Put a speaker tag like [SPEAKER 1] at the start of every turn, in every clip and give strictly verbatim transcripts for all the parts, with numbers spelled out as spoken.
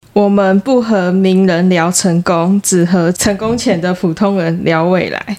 [SPEAKER 1] 我们不和名人聊成功，只和成功前的普通人聊未来。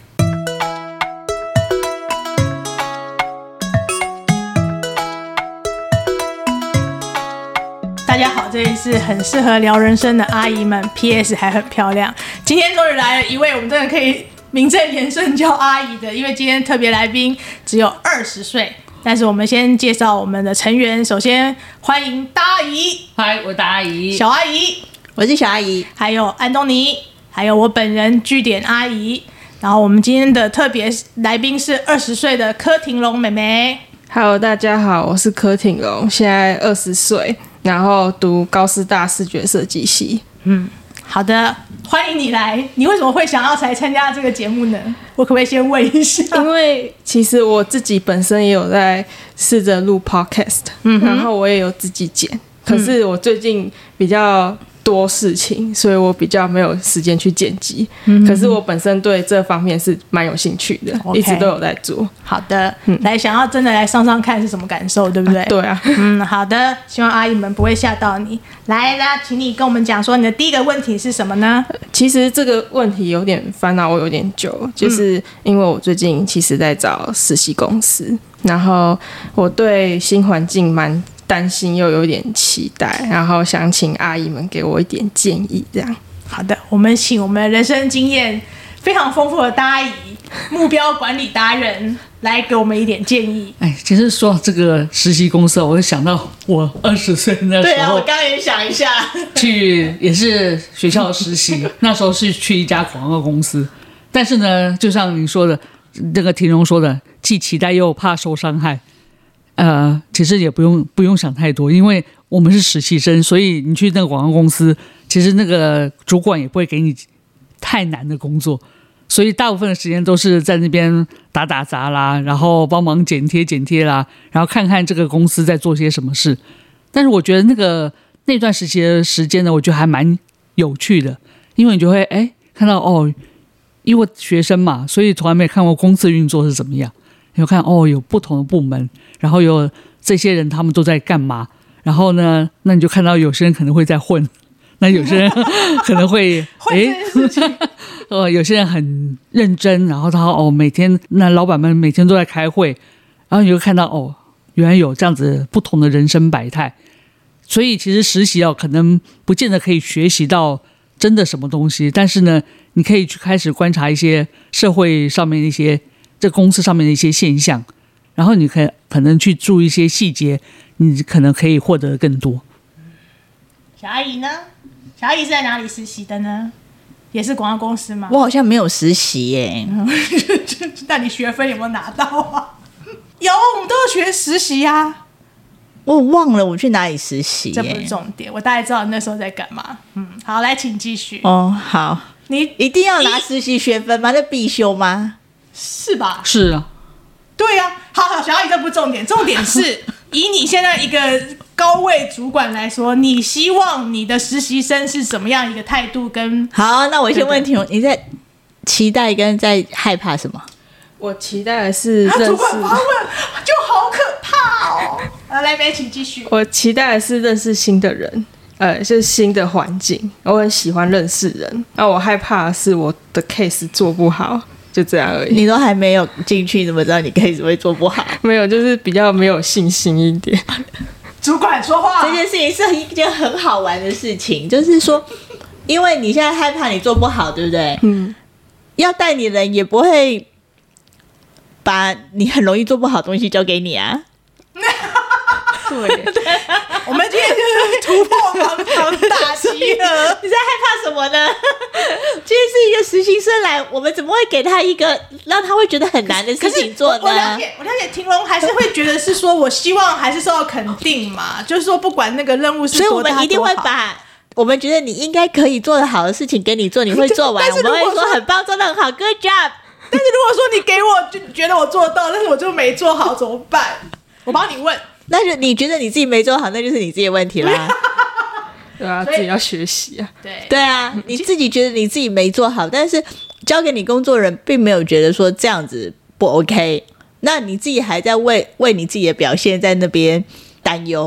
[SPEAKER 2] 大家好，这里是很适合聊人生的阿姨们 P S 还很漂亮。今天终于来了一位我们真的可以名正言顺叫阿姨的，因为今天特别来宾只有二十岁。但是我们先介绍我们的成员，首先欢迎大阿姨。
[SPEAKER 3] 嗨，我大阿姨。
[SPEAKER 2] 小阿姨。
[SPEAKER 4] 我是小阿姨。
[SPEAKER 2] 还有安东尼，还有我本人据点阿姨。然后我们今天的特别来宾是二十岁的柯廷龙妹妹。
[SPEAKER 1] Hello， 大家好，我是柯廷龙，现在二十岁，然后读高师大视觉设计系。
[SPEAKER 2] 嗯，好的，欢迎你来。你为什么会想要来参加这个节目呢？我可不可以先问一下？
[SPEAKER 1] 因为其实我自己本身也有在试着录 podcast，嗯，然后我也有自己剪，可是我最近比较多事情，所以我比较没有时间去剪辑。嗯、可是我本身对这方面是蛮有兴趣的， okay, 一直都有在做。
[SPEAKER 2] 好的，嗯、来想要真的来上上看是什么感受，对不对？
[SPEAKER 1] 啊对啊。
[SPEAKER 2] 嗯，好的，希望阿姨们不会吓到你。来啦，请你跟我们讲说你的第一个问题是什么呢？
[SPEAKER 1] 其实这个问题有点烦恼我有点久，就是因为我最近其实在找实习公司，然后我对新环境蛮担心又有点期待，然后想请阿姨们给我一点建议这样。
[SPEAKER 2] 好的，我们请我们人生经验非常丰富的大阿姨，目标管理达人来给我们一点建议。
[SPEAKER 3] 哎，其实说到这个实习公司，我会想到我二十岁那时候。
[SPEAKER 4] 对啊，我刚刚也想一下，
[SPEAKER 3] 去也是学校实习，那时候是去一家广告公司，但是呢，就像你说的，那个廷荣说的，既期待又怕受伤害。呃，其实也不用不用想太多，因为我们是实习生，所以你去那个广告公司，其实那个主管也不会给你太难的工作，所以大部分的时间都是在那边打打杂啦，然后帮忙剪贴剪贴啦，然后看看这个公司在做些什么事。但是我觉得那个那段实习的时间呢，我觉得还蛮有趣的，因为你就会哎看到哦，因为我学生嘛，所以从来没看过公司运作是怎么样。有看哦，有不同的部门，然后有这些人他们都在干嘛，然后呢，那你就看到有些人可能会在混，那有些人可能会哎，呃，有些人很认真，然后他哦每天那老板们每天都在开会，然后你就看到哦，原来有这样子不同的人生百态，所以其实实习哦，可能不见得可以学习到真的什么东西，但是呢，你可以去开始观察一些社会上面一些。这公司上面的一些现象，然后你可可能去注意一些细节，你可能可以获得更多。
[SPEAKER 2] 小阿姨呢？小阿姨是在哪里实习的呢？也是广告公司吗？
[SPEAKER 4] 我好像没有实习耶。
[SPEAKER 2] 那你学分有没有拿到啊？有，我们都要学实习啊。
[SPEAKER 4] 我忘了我去哪里实习，
[SPEAKER 2] 这不是重点，我大概知道你那时候在干嘛。嗯，好，来，请继续。
[SPEAKER 4] 哦，好，
[SPEAKER 2] 你
[SPEAKER 4] 一定要拿实习学分吗？那必修吗？
[SPEAKER 2] 是吧？
[SPEAKER 3] 是啊，
[SPEAKER 2] 对啊。好好，小阿姨，这不是重点，重点是以你现在一个高位主管来说，你希望你的实习生是什么样一个态度跟？
[SPEAKER 4] 好，那我先问题，你在期待跟在害怕什么？
[SPEAKER 1] 我期待的是认识，
[SPEAKER 2] 主管发问就好可怕哦。呃，来，梅，请继续。
[SPEAKER 1] 我期待的是认识新的人。呃，就是新的环境，我很喜欢认识人。那我害怕的是我的 case 做不好。就这样而已。
[SPEAKER 4] 你都还没有进去，怎么知道你 case 会做不好？
[SPEAKER 1] 没有，就是比较没有信心一点。
[SPEAKER 2] 主管说话，
[SPEAKER 4] 这件事情是一件很好玩的事情，就是说，因为你现在害怕你做不好，对不对？嗯。要带你的人也不会把你很容易做不好的东西交给你啊。
[SPEAKER 1] 对，
[SPEAKER 2] 我们今天就是突破盲肠大集合。
[SPEAKER 4] 你在害怕什么呢？今天是一个实习生来，我们怎么会给他一个让他会觉得很难的事情做呢？
[SPEAKER 2] 我了解，我了解，廷龙还是会觉得是说，我希望还是受到肯定嘛，就是说不管那个任务是多大多好，
[SPEAKER 4] 所以我们一定会把我们觉得你应该可以做得好的事情给你做，你会做完，我们会说很棒，做得很好 ，good job。
[SPEAKER 2] 但是如果说你给我就觉得我做得到，但是我就没做好，怎么办？我帮你问。
[SPEAKER 4] 那就你觉得你自己没做好，那就是你自己的问题啦。
[SPEAKER 1] 对啊，自己要学习啊。
[SPEAKER 2] 对
[SPEAKER 4] 对啊，你自己觉得你自己没做好，但是交给你工作人并没有觉得说这样子不 OK， 那你自己还在为为你自己的表现在那边担忧。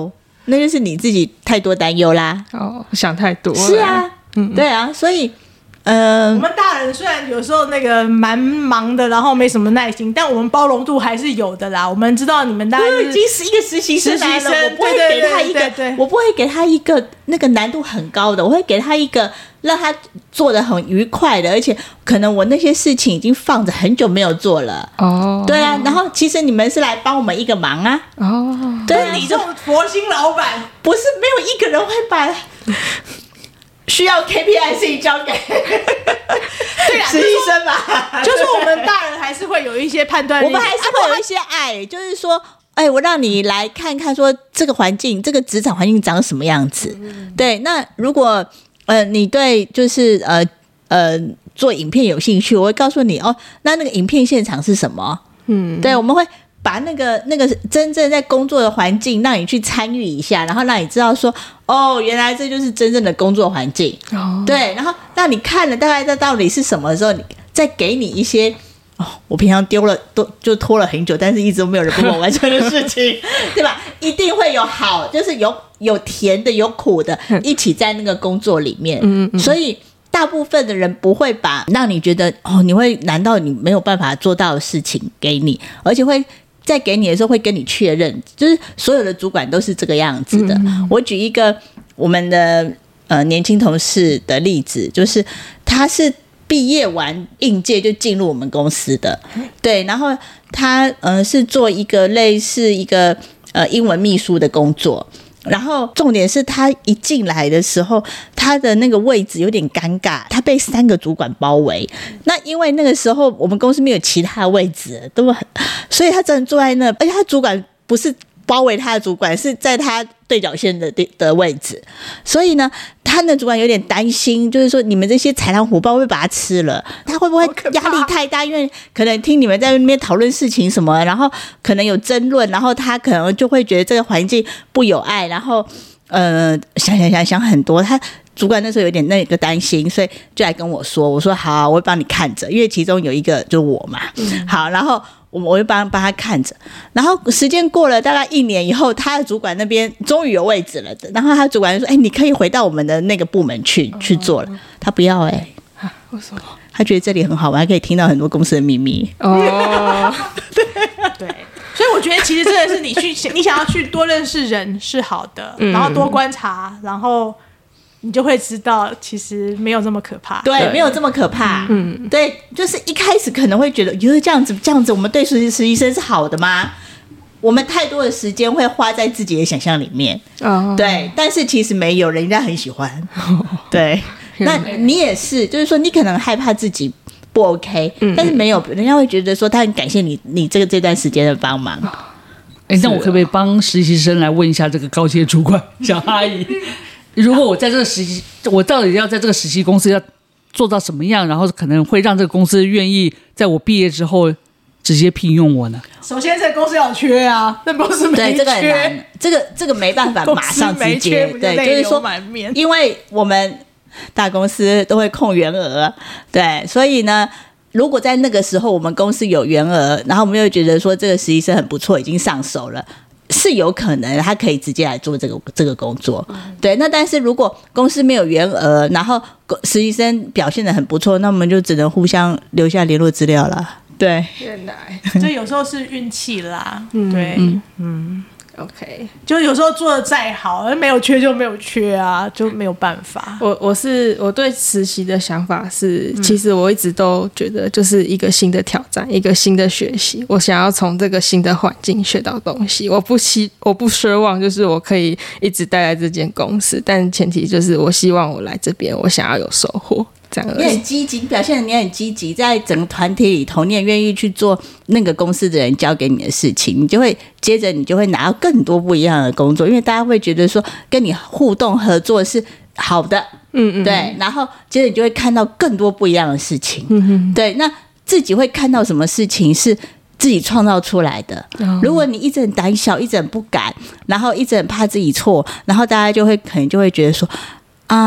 [SPEAKER 4] 那就是你自己太多担忧啦。
[SPEAKER 1] 哦，想太多了。
[SPEAKER 4] 是啊，嗯，对啊，所以。呃，
[SPEAKER 2] 我们大人虽然有时候那个蛮忙的，然后没什么耐心，但我们包容度还是有的啦。我们知道你们大概、就是、
[SPEAKER 4] 已经是一个实习生来了，我不会给他一个，
[SPEAKER 2] 对对对对
[SPEAKER 4] 我不会给他一个那个难度很高的，我会给他一个让他做得很愉快的，而且可能我那些事情已经放着很久没有做了。
[SPEAKER 1] 哦，
[SPEAKER 4] 对啊，然后其实你们是来帮我们一个忙啊。
[SPEAKER 1] 哦，
[SPEAKER 4] 对啊，
[SPEAKER 2] 你这种佛心老板，
[SPEAKER 4] 不是没有一个人会把。需要 K P I 事情交给
[SPEAKER 2] 对啦，
[SPEAKER 4] 实习生吧，
[SPEAKER 2] 就是我们大人还是会有一些判断力，
[SPEAKER 4] 我们还是会有一些爱，就是说，哎，我让你来看看，说这个环境，这个职场环境长什么样子。嗯、对，那如果呃你对就是呃呃做影片有兴趣，我会告诉你哦，那那个影片现场是什么？嗯，对，我们会。把那个那个真正在工作的环境让你去参与一下，然后让你知道说，哦，原来这就是真正的工作环境。哦，对，然后让你看了大概这到底是什么的时候，你再给你一些哦，我平常丢了都就拖了很久，但是一直都没有人帮我完成的事情，对吧？一定会有好，就是有有甜的，有苦的，一起在那个工作里面。嗯嗯，所以。大部分的人不会把让你觉得哦，你会难道你没有办法做到的事情给你，而且会在给你的时候会跟你确认，就是所有的主管都是这个样子的。嗯、我举一个我们的呃年轻同事的例子，就是他是毕业完应届就进入我们公司的，对，然后他呃是做一个类似一个呃英文秘书的工作。然后重点是他一进来的时候，他的那个位置有点尴尬，他被三个主管包围。那因为那个时候我们公司没有其他的位置，都很，所以他只能坐在那，而且他主管不是包围他的主管，是在他对角线的的位置，所以呢，他的主管有点担心，就是说你们这些豺狼虎豹会把他吃了，他会不会压力太大？因为可能听你们在那边讨论事情什么，然后可能有争论，然后他可能就会觉得这个环境不有爱，然后呃想想想想很多，他。主管那时候有点那个担心，所以就来跟我说，我说好，我会帮你看着，因为其中有一个就是我嘛，嗯、好，然后我我会帮帮他看着，然后时间过了大概一年以后，他的主管那边终于有位置了，然后他主管就说，哎，你可以回到我们的那个部门去、哦、去做了，他不要哎、欸
[SPEAKER 1] 啊，为什么？
[SPEAKER 4] 他觉得这里很好玩，还可以听到很多公司的秘密
[SPEAKER 2] 哦，对对。所以我觉得其实真的是你去，你想要去多认识人是好的，嗯、然后多观察，然后。你就会知道，其实没有这么可怕。
[SPEAKER 4] 对，对没有这么可怕。嗯，对，就是一开始可能会觉得，就是这样子，这样子，我们对实习实习生是好的吗？我们太多的时间会花在自己的想象里面。哦，对，但是其实没有，人家很喜欢。哦、对，那你也是，就是说你可能害怕自己不 OK，、嗯、但是没有，人家会觉得说他很感谢你，你这个这段时间的帮忙。
[SPEAKER 3] 哎，那我可不可以帮实习生来问一下这个高阶主管小阿姨？如果我在这个实习，我到底要在这个实习公司要做到什么样，然后可能会让这个公司愿意在我毕业之后直接聘用我呢？
[SPEAKER 2] 首先，这个公司有缺啊，那公司没缺，
[SPEAKER 4] 对这个很难，这个这个没办法马上直接，对，就是说，因为我们大公司都会控员额，对，所以呢。如果在那个时候我们公司有员额，然后我们又觉得说这个实习生很不错，已经上手了，是有可能他可以直接来做这个这个工作。嗯、对，那但是如果公司没有员额，然后实习生表现得很不错，那我们就只能互相留下联络资料了。对，
[SPEAKER 2] 原来这有时候是运气啦。嗯、对，嗯。嗯
[SPEAKER 1] OK，
[SPEAKER 2] 就有时候做的再好，没有缺就没有缺啊，就没有办法。
[SPEAKER 1] 我我是我对实习的想法是，嗯、其实我一直都觉得就是一个新的挑战，一个新的学习。我想要从这个新的环境学到东西。我不希我不奢望就是我可以一直待在这间公司，但前提就是我希望我来这边，我想要有收获。
[SPEAKER 4] 你很积极，表现得你很积极，在整个团体里头，你也愿意去做那个公司的人交给你的事情，你就会接着你就会拿到更多不一样的工作，因为大家会觉得说跟你互动合作是好的，嗯嗯，对，然后接着你就会看到更多不一样的事情，嗯嗯，对，那自己会看到什么事情是自己创造出来的。哦、如果你一直很胆小，一直很不敢，然后一直很怕自己错，然后大家就会可能就会觉得说啊。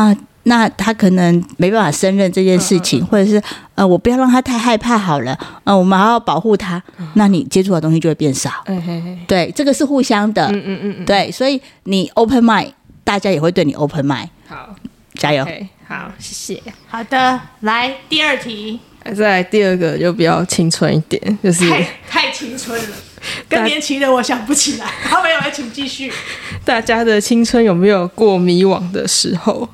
[SPEAKER 4] 那他可能没办法胜任这件事情，嗯嗯嗯或者是呃，我不要让他太害怕好了，呃，我们还要保护他，嗯、那你接触的东西就会变少。嗯、嘿嘿对，这个是互相的。嗯嗯嗯对，所以你 open mind， 大家也会对你 open mind。
[SPEAKER 1] 好，
[SPEAKER 4] 加油。
[SPEAKER 1] Okay, 好，谢谢。
[SPEAKER 2] 好的，来第二题。
[SPEAKER 1] 再来第二个就比较青春一点，就是
[SPEAKER 2] 太太青春了，更年期的我想不起来。好，没有，请继续。
[SPEAKER 1] 大家的青春有没有过迷惘的时候？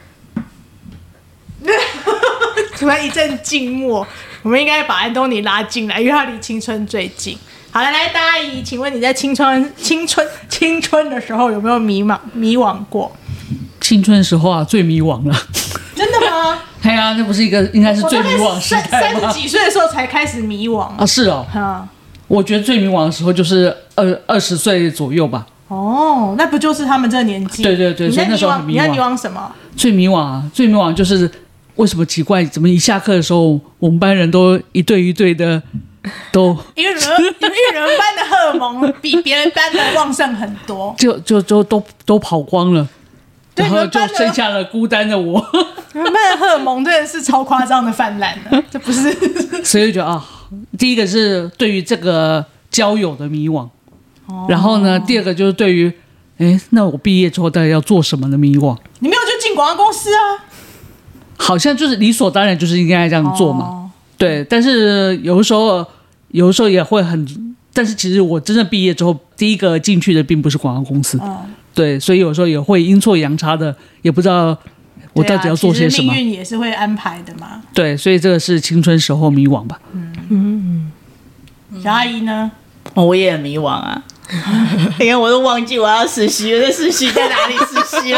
[SPEAKER 2] 突然一阵静默，我们应该把安东尼拉进来，因为他离青春最近。好了，来，大阿姨，请问你在青春、青春、青春的时候有没有迷茫、迷惘过？
[SPEAKER 3] 青春的时候啊，最迷惘了。
[SPEAKER 2] 真的吗？
[SPEAKER 3] 对啊，那不是一个应该是最迷惘时代吗？
[SPEAKER 2] 三十几岁的时候才开始迷惘
[SPEAKER 3] 啊？是哦。嗯，我觉得最迷惘的时候就是二二十岁左右吧。
[SPEAKER 2] 哦，那不就是他们这个年纪？
[SPEAKER 3] 对对对，所以那时候很迷惘。
[SPEAKER 2] 你在迷惘什么？
[SPEAKER 3] 最迷惘啊，最迷惘就是为什么奇怪，怎么一下课的时候，我们班人都一对一对的都，
[SPEAKER 2] 因为人因为人班的荷尔蒙比别人班的旺盛很多，
[SPEAKER 3] 就就就都都跑光了。然后就剩下了孤单的我。
[SPEAKER 2] 你们班的荷尔蒙真的是超夸张的泛滥了，这不是？
[SPEAKER 3] 所以就觉得啊，第一个是对于这个交友的迷惘，哦、然后呢，第二个就是对于，哎，那我毕业之后到底要做什么的迷惘。
[SPEAKER 2] 你没有就进广告公司啊？
[SPEAKER 3] 好像就是理所当然，就是应该这样做嘛。哦、对，但是有的时候，有的时候也会很，但是其实我真正毕业之后，第一个进去的并不是广告公司。哦对，所以有时候也会阴错阳差的，也不知道我到底要做些什么。
[SPEAKER 2] 命运也是会安排的嘛。
[SPEAKER 3] 对，所以这个是青春时候迷惘吧。嗯
[SPEAKER 2] 嗯嗯。小阿姨呢？
[SPEAKER 4] 哦、我也很迷惘啊，因为我都忘记我要实习了，这实习在哪里实习了？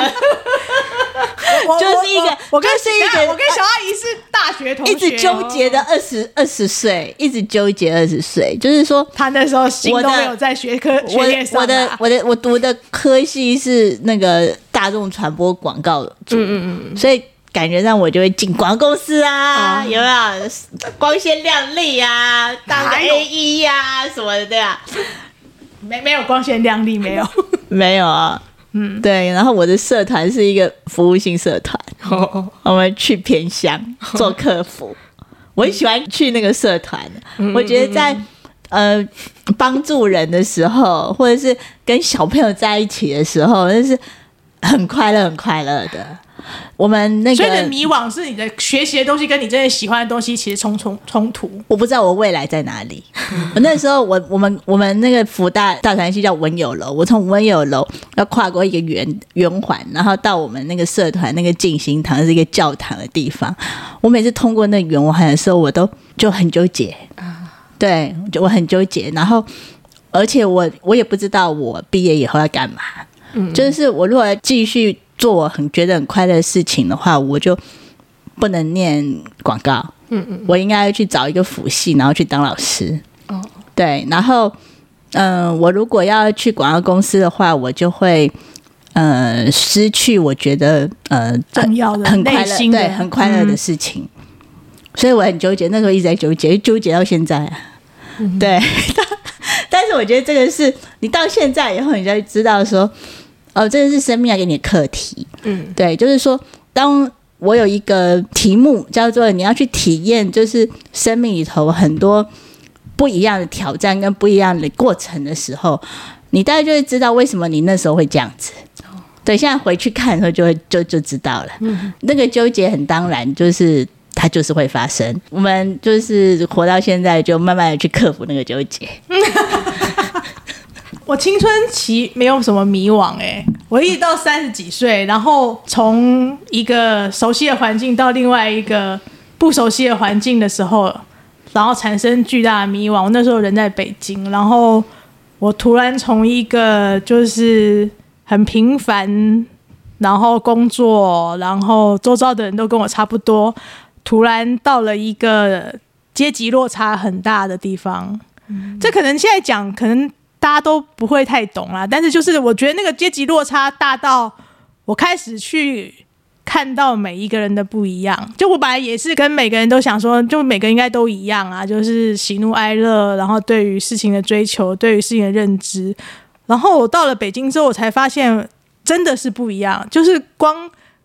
[SPEAKER 4] 就是一个，
[SPEAKER 2] 我跟
[SPEAKER 4] 就是一个，
[SPEAKER 2] 我跟小阿姨是大学同学、哦，
[SPEAKER 4] 一直纠结的二十二十岁，一直纠结二十岁，就是说，
[SPEAKER 2] 他那时候心都没有在学科学业上、啊。
[SPEAKER 4] 我的我的我读的科系是那个大众传播广告组，嗯嗯嗯，所以感觉上我就会进广告公司啊，嗯、有没有光鲜亮丽啊，当个 A E 呀、啊、什么的，对吧？
[SPEAKER 2] 没没有光鲜亮丽，没有
[SPEAKER 4] 没有啊。嗯，对，然后我的社团是一个服务性社团，哦、我们去偏乡做客服，哦、我很喜欢去那个社团，嗯、我觉得在呃帮助人的时候，或者是跟小朋友在一起的时候，那是很快乐、很快乐的。我们那个，
[SPEAKER 2] 所以你的迷惘是你的学习的东西跟你真的喜欢的东西其实冲冲冲突。
[SPEAKER 4] 我不知道我未来在哪里。我那时候我我们我们那个福大大传系叫文友楼，我从文友楼要跨过一个圆圆环，然后到我们那个社团那个静心堂是一个教堂的地方。我每次通过那个圆环的时候，我都就很纠结。对，我很纠结。然后，而且我我也不知道我毕业以后要干嘛。嗯，就是我如果继续做我很觉得很快乐的事情的话，我就不能念广告。嗯嗯，我应该去找一个辅系，然后去当老师。哦，对，然后嗯、呃，我如果要去广告公司的话，我就会呃失去我觉得呃
[SPEAKER 2] 重要的、
[SPEAKER 4] 很快乐、对很快乐的事情。嗯、所以我很纠结，那时候一直在纠结，纠结到现在、啊。嗯、对，但是我觉得这个是你到现在以后，你才知道说。哦，这个是生命要给你的课题。嗯，对，就是说，当我有一个题目叫做你要去体验，就是生命里头很多不一样的挑战跟不一样的过程的时候，你大概就会知道为什么你那时候会这样子。对，现在回去看的时候就会就就知道了。嗯，那个纠结很当然，就是它就是会发生。我们就是活到现在，就慢慢的去克服那个纠结。
[SPEAKER 2] 我青春期没有什么迷惘哎、欸，我一直到三十几岁，然后从一个熟悉的环境到另外一个不熟悉的环境的时候，然后产生巨大的迷惘。我那时候人在北京，然后我突然从一个就是很平凡，然后工作，然后周遭的人都跟我差不多，突然到了一个阶级落差很大的地方。嗯、这可能现在讲可能。大家都不会太懂啦，但是就是我觉得那个阶级落差大到我开始去看到每一个人的不一样。就我本来也是跟每个人都想说，就每个人应该都一样啊，就是喜怒哀乐，然后对于事情的追求，对于事情的认知。然后我到了北京之后，我才发现真的是不一样。就是光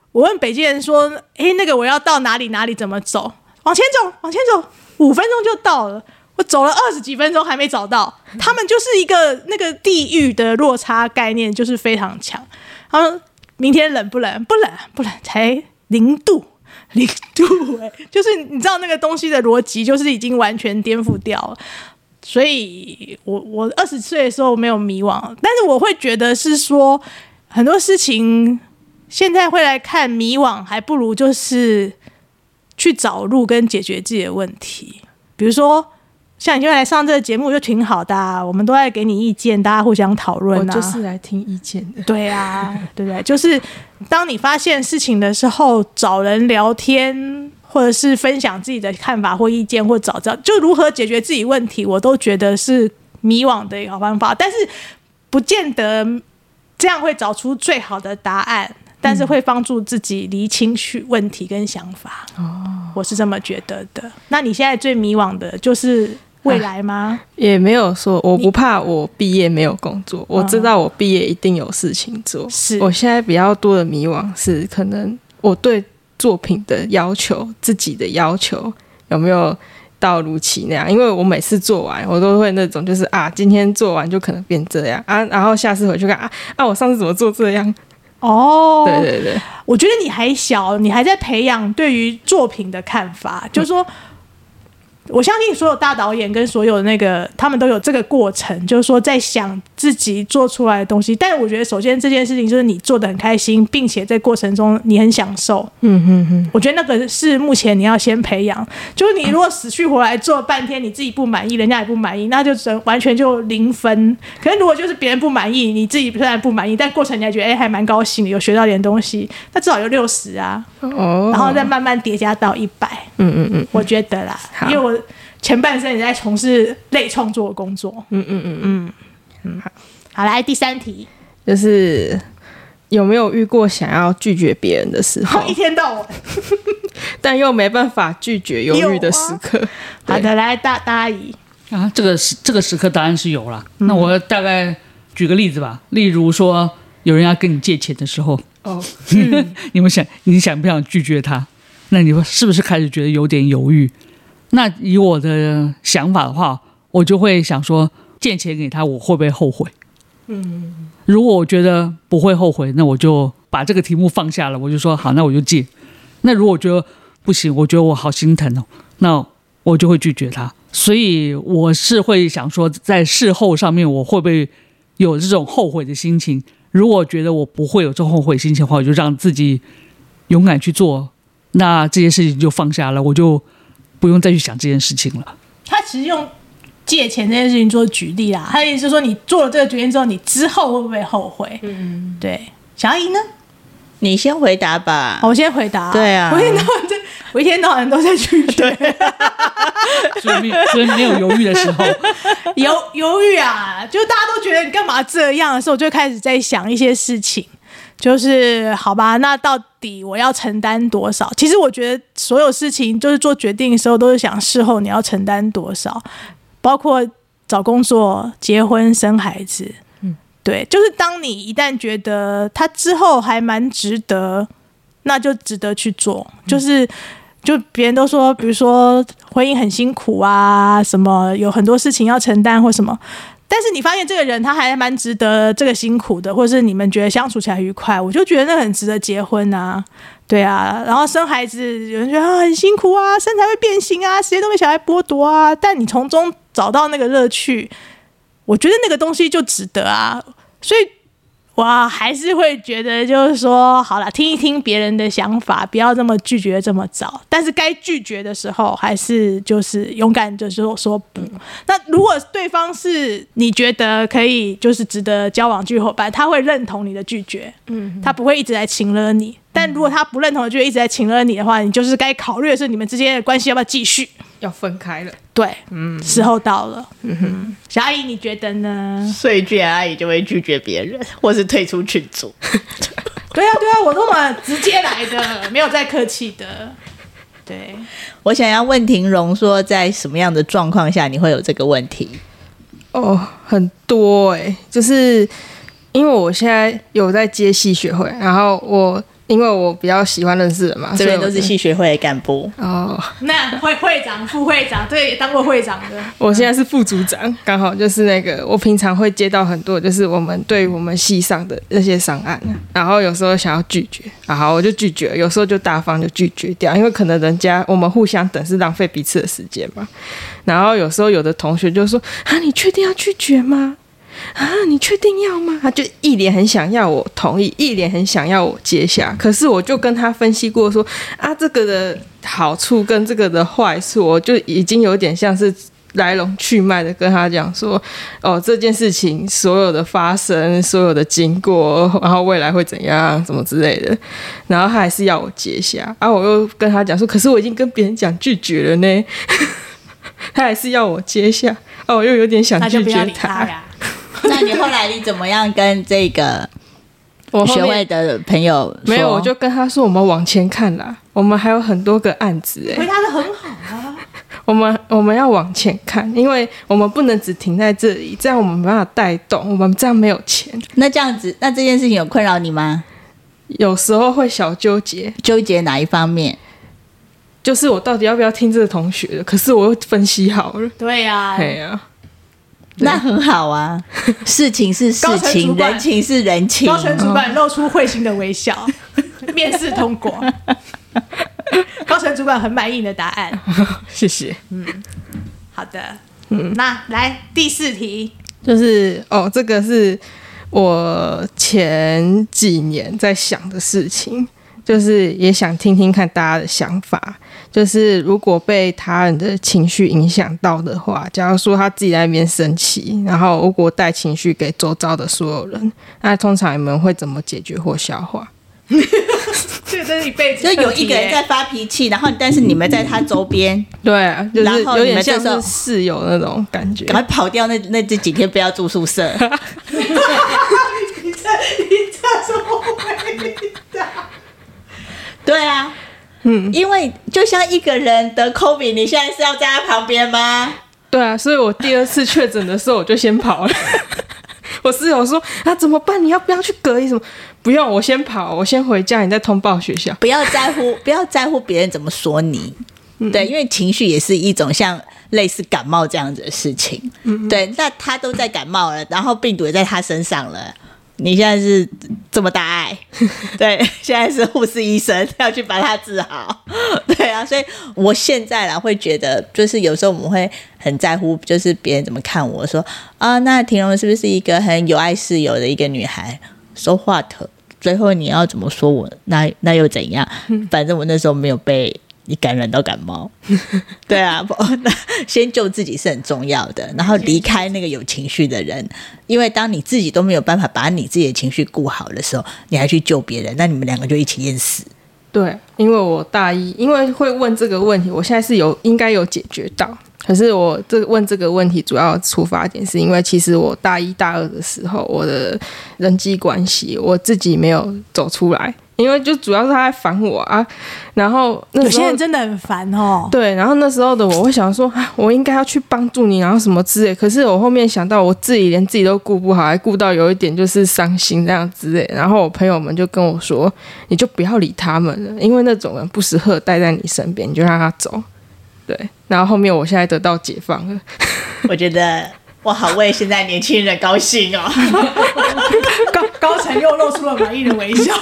[SPEAKER 2] 我问北京人说，哎，那个我要到哪里哪里怎么走？往前走，往前走，五分钟就到了。我走了二十几分钟还没找到，他们就是一个那个地域的落差概念就是非常强。他们明天冷不冷？不冷，不冷，才零度，零度哎、欸，就是你知道那个东西的逻辑就是已经完全颠覆掉了。所以我我二十岁的时候没有迷惘，但是我会觉得是说很多事情现在会来看迷惘，还不如就是去找路跟解决自己的问题。比如说像你就来上这个节目就挺好的、啊，我们都在给你意见，大家互相讨论啊。
[SPEAKER 1] 我就是来听意见的。
[SPEAKER 2] 对啊，对不对？就是当你发现事情的时候，找人聊天，或者是分享自己的看法或意见，或找找就如何解决自己问题，我都觉得是迷惘的一个好方法。但是不见得这样会找出最好的答案，但是会帮助自己厘清问题跟想法。哦，我是这么觉得的。那你现在最迷惘的就是未来吗？啊、
[SPEAKER 1] 也没有说，我不怕我毕业没有工作，我知道我毕业一定有事情做。是我现在比较多的迷惘是，可能我对作品的要求、自己的要求有没有到如期那样？因为我每次做完，我都会那种就是啊，今天做完就可能变这样啊，然后下次回去看啊啊，我上次怎么做这样？
[SPEAKER 2] 哦，
[SPEAKER 1] 对对对，
[SPEAKER 2] 我觉得你还小，你还在培养对于作品的看法，就是说。我相信所有大导演跟所有那个他们都有这个过程，就是说在想自己做出来的东西。但是我觉得首先这件事情就是你做得很开心，并且在过程中你很享受。嗯嗯嗯，我觉得那个是目前你要先培养。就是你如果死去活来做半天，你自己不满意，人家也不满意，那就整完全就零分。可是如果就是别人不满意，你自己虽然不满意，但过程你还觉得哎、欸、还蛮高兴的，有学到点东西，那至少有六十啊。哦，然后再慢慢叠加到一百。嗯嗯嗯，我觉得啦，因为我。前半生也在从事类创作的工作。嗯嗯嗯嗯嗯。好，来第三题，
[SPEAKER 1] 就是有没有遇过想要拒绝别人的时候？
[SPEAKER 2] 一天到晚，
[SPEAKER 1] 但又没办法拒绝犹豫的时刻。
[SPEAKER 2] 好的，来大大阿姨
[SPEAKER 3] 啊，这个这个时刻答案是有啦。嗯、那我大概举个例子吧，例如说有人要跟你借钱的时候，哦，嗯、你们想你想不想拒绝他？那你是不是开始觉得有点犹豫？那以我的想法的话，我就会想说，借钱给他，我会不会后悔？嗯，如果我觉得不会后悔，那我就把这个题目放下了，我就说好，那我就借。那如果我觉得不行，我觉得我好心疼哦，那我就会拒绝他。所以我是会想说，在事后上面，我会不会有这种后悔的心情？如果觉得我不会有这种后悔心情的话，我就让自己勇敢去做，那这件事情就放下了，我就。不用再去想这件事情了。
[SPEAKER 2] 他其实用借钱这件事情做举例啦，他的意思是说，你做了这个决定之后，你之后会不会后悔？嗯，对。小阿姨呢？
[SPEAKER 4] 你先回答吧。
[SPEAKER 2] 我先回答。
[SPEAKER 4] 对啊，
[SPEAKER 2] 我一天到晚在，我一天到晚都在拒绝，
[SPEAKER 3] 所以没所以没有犹豫的时候，
[SPEAKER 2] 犹犹豫啊，就大家都觉得你干嘛这样的时候，我就开始在想一些事情。就是好吧，那到底我要承担多少？其实我觉得所有事情就是做决定的时候，都是想事后你要承担多少，包括找工作、结婚、生孩子。嗯，对，就是当你一旦觉得他之后还蛮值得，那就值得去做。就是就别人都说，比如说婚姻很辛苦啊，什么有很多事情要承担或什么。但是你发现这个人他还蛮值得这个辛苦的，或者是你们觉得相处起来愉快，我就觉得那很值得结婚啊，对啊。然后生孩子，有人觉得、啊、很辛苦啊，身材会变形啊，时间都被小孩剥夺啊，但你从中找到那个乐趣，我觉得那个东西就值得啊。所以我还是会觉得就是说，好啦，听一听别人的想法，不要这么拒绝这么早，但是该拒绝的时候还是就是勇敢的说说不。那如果对方是你觉得可以就是值得交往继续伙伴，他会认同你的拒绝，嗯，他不会一直在情勒你。但如果他不认同的拒绝一直在情勒你的话，你就是该考虑的是你们之间的关系要不要继续，
[SPEAKER 1] 要分开了。
[SPEAKER 2] 对，嗯，时候到了。嗯哼，小阿姨你觉得呢？
[SPEAKER 4] 所以拒绝阿姨就会拒绝别人，或是退出群组。
[SPEAKER 2] 对啊，对啊，我都蛮直接来的，没有再客气的。对，
[SPEAKER 4] 我想要问庭荣说，在什么样的状况下你会有这个问题？
[SPEAKER 1] 哦，很多哎、欸，就是因为我现在有在接戏学会，然后我因为我比较喜欢认识人嘛，
[SPEAKER 4] 这边都是系学会的干部
[SPEAKER 1] 哦。
[SPEAKER 2] 那会会长、副会长，对，当过会长的。
[SPEAKER 1] 我现在是副组长，刚好就是那个我平常会接到很多，就是我们对我们系上的那些商案，然后有时候想要拒绝，然后我就拒绝，有时候就大方就拒绝掉，因为可能人家我们互相等是浪费彼此的时间嘛。然后有时候有的同学就说：“啊，你确定要拒绝吗？啊，你确定要吗？”他就一脸很想要我同意，一脸很想要我接下。可是我就跟他分析过说啊，这个的好处跟这个的坏处，我就已经有点像是来龙去脉的跟他讲说，哦，这件事情所有的发生，所有的经过，然后未来会怎样，什么之类的。然后他还是要我接下，啊，我又跟他讲说，可是我已经跟别人讲拒绝了呢。他还是要我接下，哦，我又有点想拒绝他。
[SPEAKER 4] 那你后来你怎么样跟这个学会的朋友说？
[SPEAKER 1] 没有，我就跟他说我们往前看啦，我们还有很多个案子哎、欸。
[SPEAKER 2] 回答的很好啊。
[SPEAKER 1] 我们我们要往前看，因为我们不能只停在这里，这样我们没办法带动，我们这样没有钱。
[SPEAKER 4] 那这样子，那这件事情有困扰你吗？
[SPEAKER 1] 有时候会小纠结，
[SPEAKER 4] 纠结哪一方面？
[SPEAKER 1] 就是我到底要不要听这个同学的？可是我又分析好了。
[SPEAKER 2] 对呀、啊，
[SPEAKER 1] 对呀、啊。
[SPEAKER 4] 那很好啊，事情是事情，人情是人情。
[SPEAKER 2] 高层主管露出会心的微笑，面试通过。高层主管很满意你的答案，
[SPEAKER 1] 谢谢。
[SPEAKER 2] 嗯，好的，嗯，那来第四题，
[SPEAKER 1] 就是哦，这个是我前几年在想的事情，就是也想听听看大家的想法。就是如果被他人的情绪影响到的话，假如说他自己在那边生气，然后如果带情绪给周遭的所有人，那通常你们会怎么解决或消化？
[SPEAKER 2] 这个真是一辈子。
[SPEAKER 4] 就有一个人在发脾气，然后但是你们在他周边，
[SPEAKER 1] 对啊，就是有点像
[SPEAKER 4] 是
[SPEAKER 1] 室友那种感觉。
[SPEAKER 4] 赶快跑掉那那这几天不要住宿舍。
[SPEAKER 2] 你这你这什么回答？
[SPEAKER 4] 对啊。嗯，因为就像一个人得 COVID， 你现在是要在他旁边吗？
[SPEAKER 1] 对啊，所以我第二次确诊的时候我就先跑了。我室友说啊，怎么办？你要不要去隔离什么？不用，我先跑，我先回家，你再通报学校。
[SPEAKER 4] 不要在乎，不要在乎别人怎么说你。嗯、对，因为情绪也是一种像类似感冒这样子的事情。嗯、对，那他都在感冒了，然后病毒也在他身上了。你现在是这么大爱，对，现在是护士医生要去把他治好，对啊，所以我现在啦会觉得，就是有时候我们会很在乎，就是别人怎么看我说啊，那婷蓉是不是一个很有爱室友的一个女孩 ？So what？ 最后你要怎么说我，那那又怎样？反正我那时候没有被你感染到感冒，对啊，先救自己是很重要的，然后离开那个有情绪的人，因为当你自己都没有办法把你自己的情绪顾好的时候，你还去救别人，那你们两个就一起淹死。
[SPEAKER 1] 对，因为我大一，因为会问这个问题，我现在是有应该有解决到，可是我这问这个问题主要出发点是因为其实我大一大二的时候，我的人际关系我自己没有走出来。因为就主要是他在烦我啊，然后那时候
[SPEAKER 2] 有些人真的很烦哦。
[SPEAKER 1] 对，然后那时候的我会想说，啊，我应该要去帮助你，然后什么之类。可是我后面想到，我自己连自己都顾不好，还顾到有一点就是伤心这样之类。然后我朋友们就跟我说，你就不要理他们了，因为那种人不适合待在你身边，你就让他走。对，然后后面我现在得到解放了，
[SPEAKER 4] 我觉得。我好为现在年轻人高兴哦！
[SPEAKER 2] 高高层又露出了满意的微笑。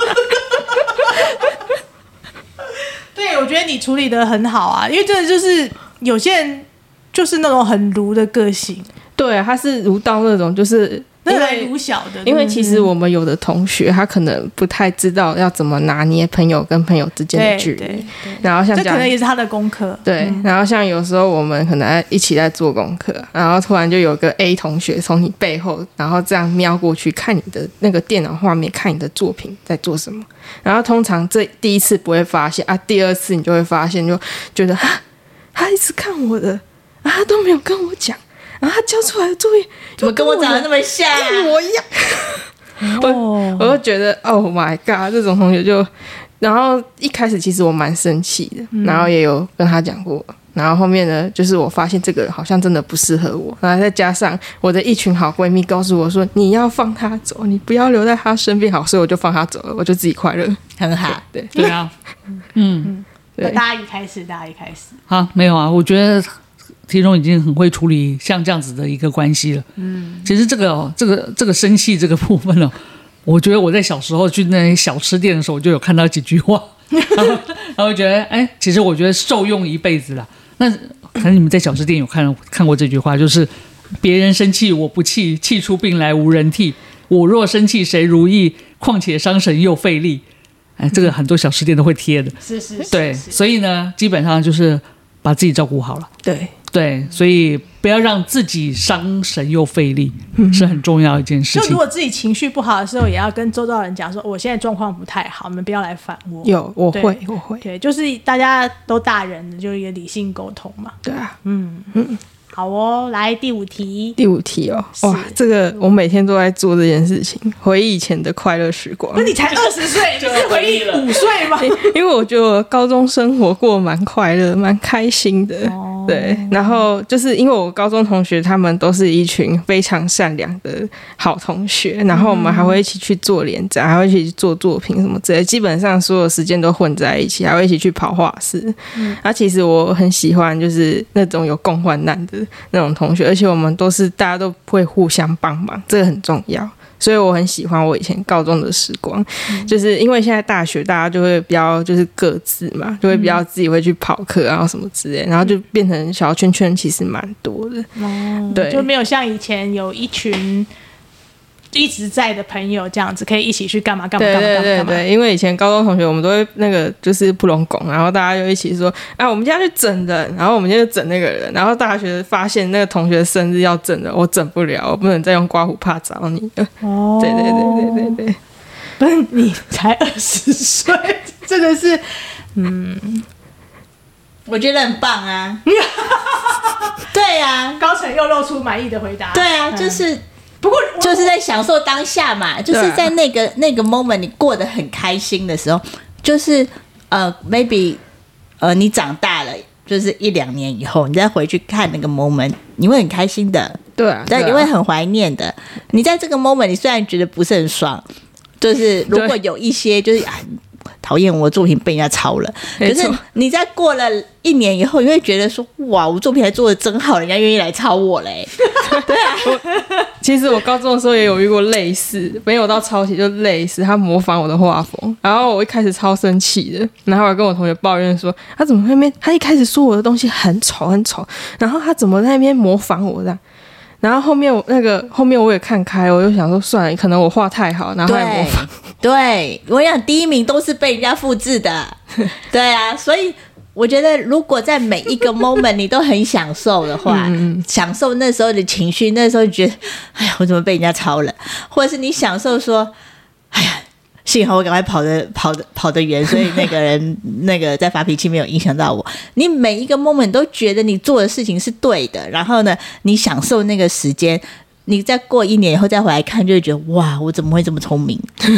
[SPEAKER 2] 对，我觉得你处理得很好啊，因为真的就是有些人就是那种很儒的个性，
[SPEAKER 1] 对，他是儒到那种就是
[SPEAKER 2] 那来儒小的，
[SPEAKER 1] 因为其实我们有的同学他可能不太知道要怎么拿捏朋友跟朋友之间的距离，然后像
[SPEAKER 2] 这可能也是他的功课。
[SPEAKER 1] 对、嗯，然后像有时候我们可能一起在做功课，然后突然就有个 A 同学从你背后，然后这样瞄过去看你的那个电脑画面，看你的作品在做什么，然后通常这第一次不会发现啊，第二次你就会发现，就觉得啊，他一直看我的啊，他都没有跟我讲。然后他交出来的作业
[SPEAKER 4] 怎么跟我长得那么像、啊，
[SPEAKER 1] 一模一样。我我就觉得 ，Oh my God， 这种同学就然后一开始其实我蛮生气的，然后也有跟他讲过。然后后面呢，就是我发现这个人好像真的不适合我，然后再加上我的一群好闺蜜告诉我说，你要放他走，你不要留在他身边，好，所以我就放他走了，我就自己快乐，
[SPEAKER 4] 很好。
[SPEAKER 1] 对
[SPEAKER 3] 对啊，嗯，
[SPEAKER 2] 对，大一开始，大一开始，
[SPEAKER 3] 啊，没有啊，我觉得提荣已经很会处理像这样子的一个关系了。嗯，其实这个、哦、这个这个生气这个部分哦，我觉得我在小时候去那些小吃店的时候，我就有看到几句话，然后然后觉得，哎，其实我觉得受用一辈子啦。那可能你们在小吃店有看看过这句话，就是别人生气我不气，气出病来无人替。我若生气谁如意？况且伤神又费力。哎，这个很多小吃店都会贴的。
[SPEAKER 2] 是是是。
[SPEAKER 3] 对，所以呢，基本上就是把自己照顾好了。
[SPEAKER 1] 对
[SPEAKER 3] 对，所以不要让自己伤神又费力，嗯、是很重要的一件事情。
[SPEAKER 2] 就如果自己情绪不好的时候，也要跟周遭人讲说，我现在状况不太好，你们不要来烦我。
[SPEAKER 1] 有，我会，我会。
[SPEAKER 2] 对，就是大家都大人了，就一个理性沟通嘛。
[SPEAKER 1] 对啊，
[SPEAKER 2] 嗯嗯。好哦，来第五题。
[SPEAKER 1] 第五题哦，哇，这个我每天都在做这件事情，回忆以前的快乐时光。
[SPEAKER 2] 那你才二十岁，就是回忆五岁吗？
[SPEAKER 1] 因为我觉得我高中生活过得蛮快乐、蛮开心的。哦、对，然后就是因为我高中同学他们都是一群非常善良的好同学，然后我们还会一起去做联展，还会一起去做作品什么之类，基本上所有时间都混在一起，还会一起去跑画室。嗯，啊，其实我很喜欢就是那种有共患难的那种同学，而且我们都是大家都会互相帮忙，这个很重要，所以我很喜欢我以前高中的时光。嗯、就是因为现在大学大家就会比较就是各自嘛，就会比较自己会去跑课然后什么之类，然后就变成小圈圈其实蛮多的。哦，对，
[SPEAKER 2] 就没有像以前有一群一直在的朋友这样子，可以一起去干嘛干嘛干嘛干嘛。
[SPEAKER 1] 对对对对，因为以前高中同学我们都会那个就是扑龙拱，然后大家就一起说，啊，我们今天要去整人，然后我们今天就整那个人，然后大学发现那个同学生日要整的，我整不了，我不能再用刮胡帕找你了。哦，对对对对对对，
[SPEAKER 2] 不是你才二十岁，真的是，嗯，
[SPEAKER 4] 我觉得很棒啊。对啊，
[SPEAKER 2] 高层又露出满意的回答。
[SPEAKER 4] 对啊，就是。嗯，
[SPEAKER 2] 不过
[SPEAKER 4] 就是在享受当下嘛，就是在那个、啊、那个 moment 你过得很开心的时候，就是呃 maybe 呃你长大了，就是一两年以后，你再回去看那个 moment， 你会很开心的，
[SPEAKER 1] 对啊，
[SPEAKER 4] 对，你会很怀念的。你在这个 moment， 你虽然觉得不是很爽，就是如果有一些就是啊讨厌我的作品被人家抄了，可是你在过了一年以后，你会觉得说哇，我作品还做得真好，人家愿意来抄我嘞。对啊，
[SPEAKER 1] 其实我高中的时候也有遇过类似，没有到抄袭，就类似他模仿我的画风，然后我一开始超生气的，然后我跟我同学抱怨说，他怎么在那边，他一开始说我的东西很丑很丑，然后他怎么在那边模仿我这样。然后后面我那个后面我也看开，我就想说算了，可能我画太好，然后还模仿。
[SPEAKER 4] 对，我想第一名都是被人家复制的，对啊，所以我觉得如果在每一个 moment 你都很享受的话，嗯、享受那时候的情绪，那时候觉得哎呀我怎么被人家抄了，或者是你享受说哎呀幸好我赶快跑得跑得跑得远，所以那个人那个在发脾气没有影响到我。你每一个 moment 都觉得你做的事情是对的，然后呢，你享受那个时间。你再过一年以后再回来看，就会觉得哇，我怎么会这么聪明？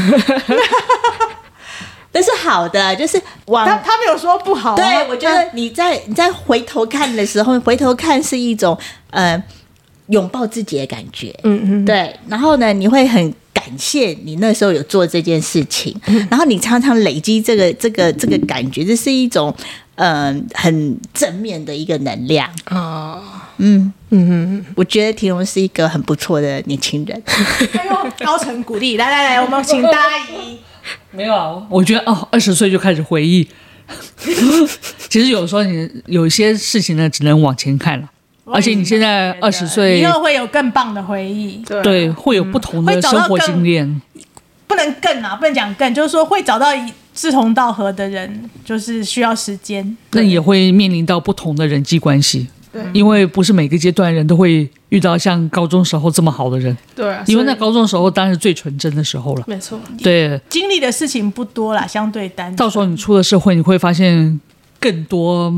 [SPEAKER 4] 但是好的，就是往
[SPEAKER 2] 他他没有说不好、啊。
[SPEAKER 4] 对，我觉得你在你在回头看的时候，回头看是一种呃拥抱自己的感觉。嗯嗯，对。然后呢，你会很感谢你那时候有做这件事情，嗯、然后你常常累积这个这个这个感觉，这是一种嗯、呃、很正面的一个能量哦。嗯嗯嗯，我觉得提荣是一个很不错的年轻人。
[SPEAKER 2] 哎呦，高层鼓励，来来来，我们请大阿姨。
[SPEAKER 3] 没有啊，我觉得哦，二十岁就开始回忆。其实有时候你有一些事情呢，只能往前看了。而且你现在二十岁，
[SPEAKER 2] 以后会有更棒的回忆。
[SPEAKER 3] 对，对会有不同的生活经验。
[SPEAKER 2] 不能更啊，不能讲更，就是说会找到志同道合的人，就是需要时间。
[SPEAKER 3] 那也会面临到不同的人际关系。对，因为不是每个阶段人都会遇到像高中时候这么好的人。
[SPEAKER 1] 对、啊，
[SPEAKER 3] 因为那高中时候当然是最纯真的时候了。
[SPEAKER 1] 没错，
[SPEAKER 3] 对，
[SPEAKER 2] 经历的事情不多啦，相对单纯。
[SPEAKER 3] 到时候你出了社会，你会发现更多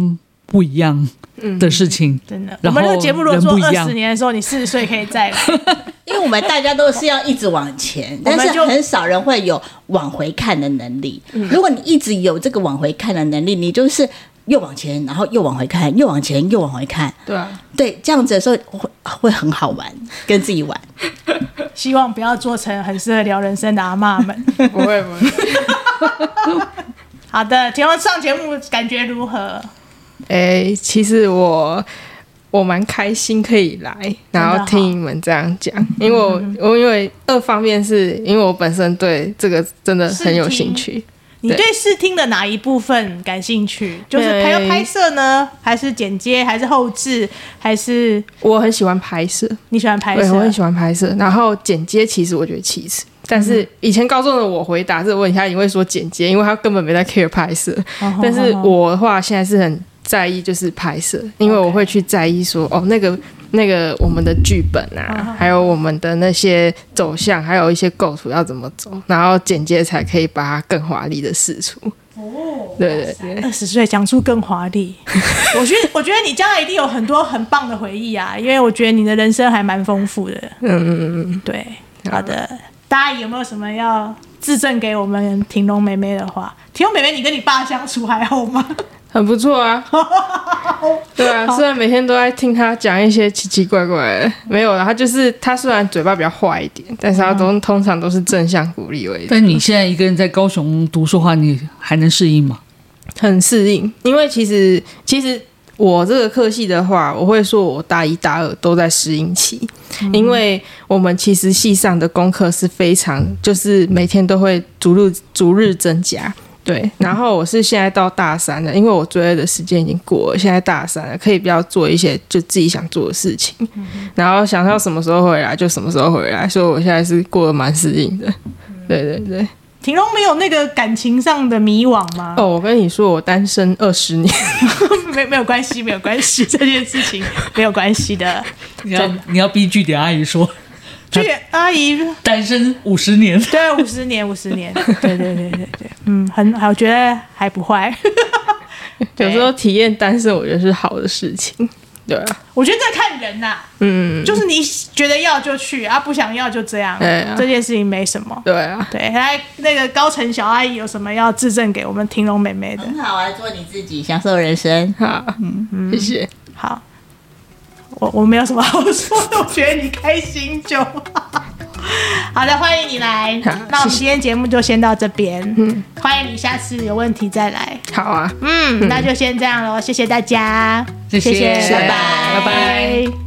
[SPEAKER 3] 不一样的事情。
[SPEAKER 2] 真的，我
[SPEAKER 3] 然后
[SPEAKER 2] 们这个节目如果做二
[SPEAKER 3] 人不一样
[SPEAKER 2] 十年的时候，你四十岁可以再来。
[SPEAKER 4] 因为我们大家都是要一直往前，但是很少人会有往回看的能力。如果你一直有这个往回看的能力，你就是又往前，然后又往回看，又往前，又往回看。
[SPEAKER 1] 对啊，
[SPEAKER 4] 对，这样子的时候会会很好玩，跟自己玩。
[SPEAKER 2] 希望不要做成很适合聊人生的阿嬷们。
[SPEAKER 1] 不会不会。
[SPEAKER 2] 好的，请问上节目感觉如何？
[SPEAKER 1] 哎、其实我我蛮开心可以来，然后听你们这样讲，因为我我因为二方面是因为我本身对这个真的很有兴趣。
[SPEAKER 2] 你对视听的哪一部分感兴趣？就是拍要拍摄呢，还是剪接，还是后制，还是
[SPEAKER 1] 我很喜欢拍摄，
[SPEAKER 2] 你喜欢拍
[SPEAKER 1] 对，
[SPEAKER 2] 摄？
[SPEAKER 1] 我很喜欢拍摄，然后剪接其实我觉得其次。但是以前高中的我回答这个问题，他也会说剪接，因为他根本没在 care 拍摄。
[SPEAKER 2] 哦
[SPEAKER 1] 但是我的话，现在是很在意就是拍摄，因为我会去在意说，哦，那个那个我们的剧本啊，还有我们的那些走向，还有一些构图要怎么走，然后剪接才可以把它更华丽的释出。
[SPEAKER 2] 哦，
[SPEAKER 1] 对对对，
[SPEAKER 2] 二十岁讲出更华丽，我觉得我觉得你将来一定有很多很棒的回忆啊，因为我觉得你的人生还蛮丰富的。
[SPEAKER 1] 嗯嗯嗯，
[SPEAKER 2] 对，好的，大家有没有什么要自证给我们婷蓉妹妹的话？婷蓉妹妹，你跟你爸相处还好吗？
[SPEAKER 1] 很不错啊。对啊，虽然每天都在听他讲一些奇奇怪怪的，没有啦，他就是他虽然嘴巴比较坏一点，但是他都、嗯、通常都是正向鼓励为主。
[SPEAKER 3] 但你现在一个人在高雄读书的话，你还能适应吗？
[SPEAKER 1] 很适应，因为其实其实我这个科系的话，我会说我大一大二都在适应期，嗯、因为我们其实系上的功课是非常，就是每天都会逐日逐日增加。对，然后我是现在到大三了，因为我追的时间已经过了，现在大三了，可以不要做一些就自己想做的事情，嗯、然后想到什么时候回来就什么时候回来，所以我现在是过得蛮适应的。对对对，
[SPEAKER 2] 婷蓉没有那个感情上的迷惘吗？
[SPEAKER 1] 哦，我跟你说，我单身二十年，
[SPEAKER 2] 没没有关系，没有关系，这件事情没有关系的。
[SPEAKER 3] 你要你要逼据点阿姨说。
[SPEAKER 2] 据阿姨
[SPEAKER 3] 单身五十年，
[SPEAKER 2] 对，五十年，五十年，对对对对对，嗯，很好，我觉得还不坏。
[SPEAKER 1] 有时候体验单身，我觉得是好的事情。对啊，
[SPEAKER 2] 我觉得这看人呐、啊，嗯，就是你觉得要就去啊，不想要就这样，啊、这件事情没什么。
[SPEAKER 1] 对啊，
[SPEAKER 2] 对，来那个高层小阿姨有什么要自证给我们婷蓉妹妹的？
[SPEAKER 4] 很好啊，做你自己，享受人生。
[SPEAKER 1] 好，嗯嗯，谢谢。
[SPEAKER 2] 好。我我没有什么好说的，我觉得你开心就好。好的，欢迎你来。那我们今天节目就先到这边。嗯，欢迎你下次有问题再来。
[SPEAKER 1] 好啊，
[SPEAKER 2] 嗯，那就先这样咯，谢谢大家，
[SPEAKER 3] 谢谢，
[SPEAKER 2] 拜拜，
[SPEAKER 3] 拜拜。